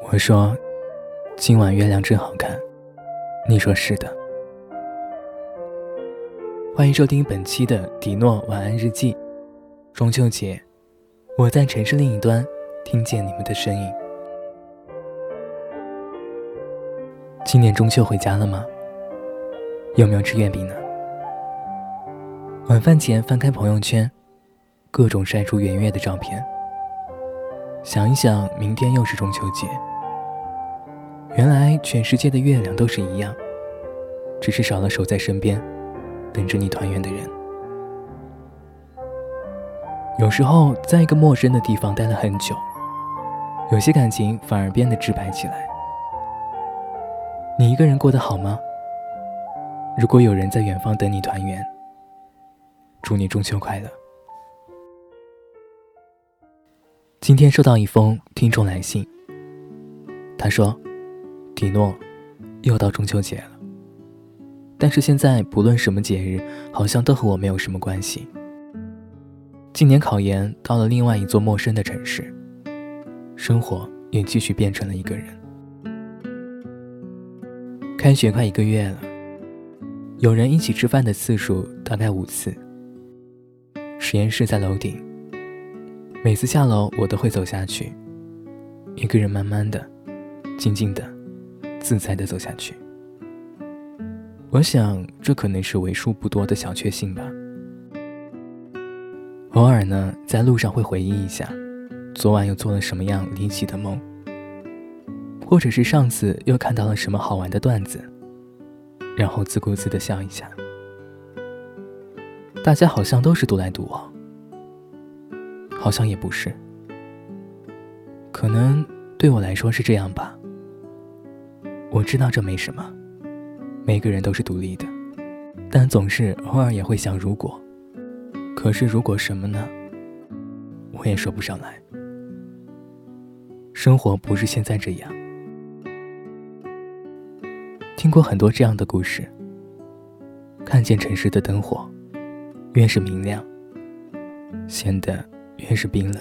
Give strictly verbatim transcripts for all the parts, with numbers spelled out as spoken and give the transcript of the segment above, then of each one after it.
我说今晚月亮真好看，你说是的。欢迎收听本期的迪诺晚安日记。中秋节，我在城市另一端听见你们的声音。今年中秋回家了吗？有没有吃月饼呢？晚饭前翻开朋友圈，各种晒出圆月的照片。想一想，明天又是中秋节。原来全世界的月亮都是一样，只是少了守在身边等着你团圆的人。有时候在一个陌生的地方待了很久，有些感情反而变得直白起来。你一个人过得好吗？如果有人在远方等你团圆，祝你中秋快乐。今天收到一封听众来信，他说，迪诺，又到中秋节了，但是现在不论什么节日，好像都和我没有什么关系。今年考研到了另外一座陌生的城市，生活也继续变成了一个人。开学快一个月了，有人一起吃饭的次数大概五次。实验室在楼顶，每次下楼我都会走下去，一个人慢慢的、静静的、自在的走下去。我想这可能是为数不多的小确幸吧。偶尔呢，在路上会回忆一下昨晚又做了什么样离奇的梦，或者是上次又看到了什么好玩的段子，然后自顾自地笑一下。大家好像都是独来独往，好像也不是，可能对我来说是这样吧。我知道这没什么，每个人都是独立的，但总是偶尔也会想如果。可是如果什么呢？我也说不上来。生活不是现在这样。听过很多这样的故事，看见城市的灯火越是明亮，显得越是冰冷。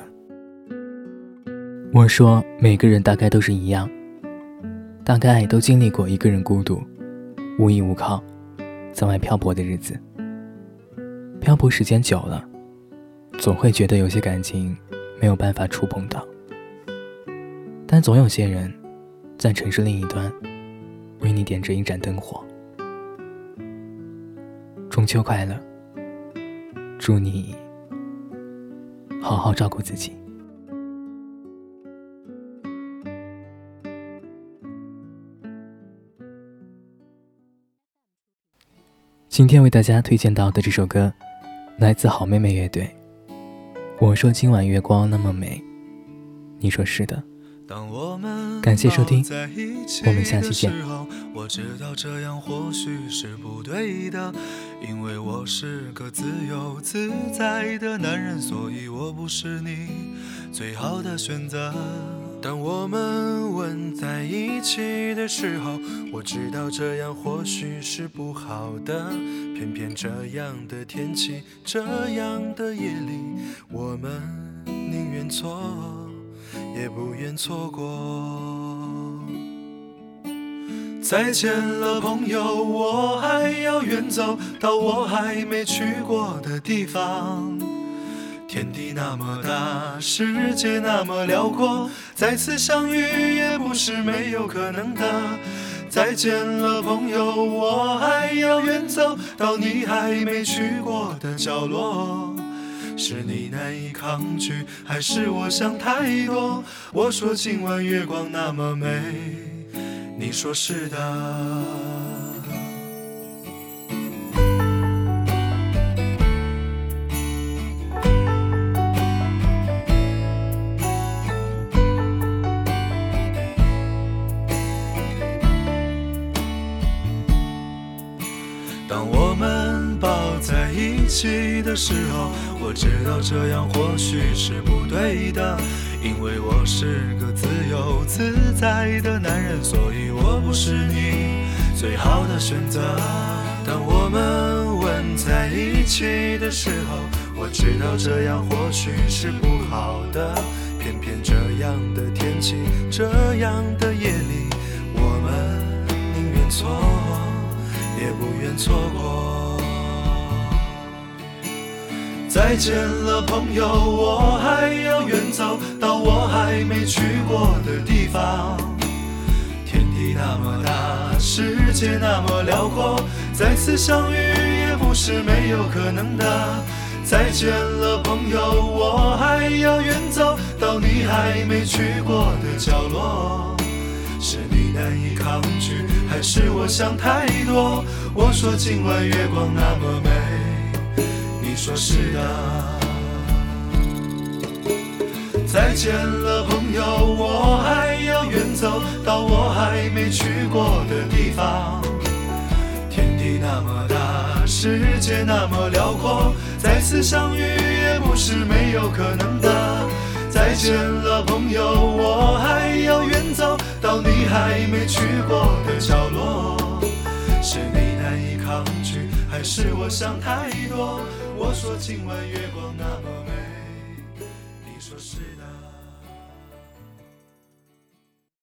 我说每个人大概都是一样，大概都经历过一个人孤独、无依无靠、在外漂泊的日子。漂泊时间久了，总会觉得有些感情没有办法触碰到，但总有些人在城市另一端为你点着一盏灯火。中秋快乐，祝你好好照顾自己。今天为大家推荐到的这首歌来自好妹妹乐队。我说今晚月光那么美，你说是的。感谢收听，我们下期见。 我知道这样或许是不对的，因为我是个自由自在的男人，所以我不是你最好的选择。当我们吻在一起的时候，我知道这样或许是不好的，偏偏这样的天气，这样的夜里，我们宁愿错也不愿错过。再见了朋友，我还要远走到我还没去过的地方。天地那么大，世界那么辽阔，再次相遇也不是没有可能的。再见了朋友，我还要远走到你还没去过的角落。是你难以抗拒，还是我想太多？我说今晚月光那么美，你说是的。当我们抱在一起的时候，我知道这样或许是不对的，因为我是个自由自在的男人，所以我不是你最好的选择。当我们吻在一起的时候，我知道这样或许是不好的，偏偏这样的天气，这样的夜里，我们宁愿错，也不愿错过。再见了朋友，我还要远走到我还没去过的地方。天地那么大，世界那么辽阔，再次相遇也不是没有可能的。再见了朋友，我还要远走到你还没去过的角落。是你难以抗拒，还是我想太多？我说今晚月光那么美，你说是的。再见了朋友，我还要远走到我还没去过的地方。天地那么大，世界那么辽阔，再次相遇也不是没有可能的。再见了朋友，我还要远走到你还没去过的角落。是你难以抗拒，还是我想太多？我说今晚月光那么美。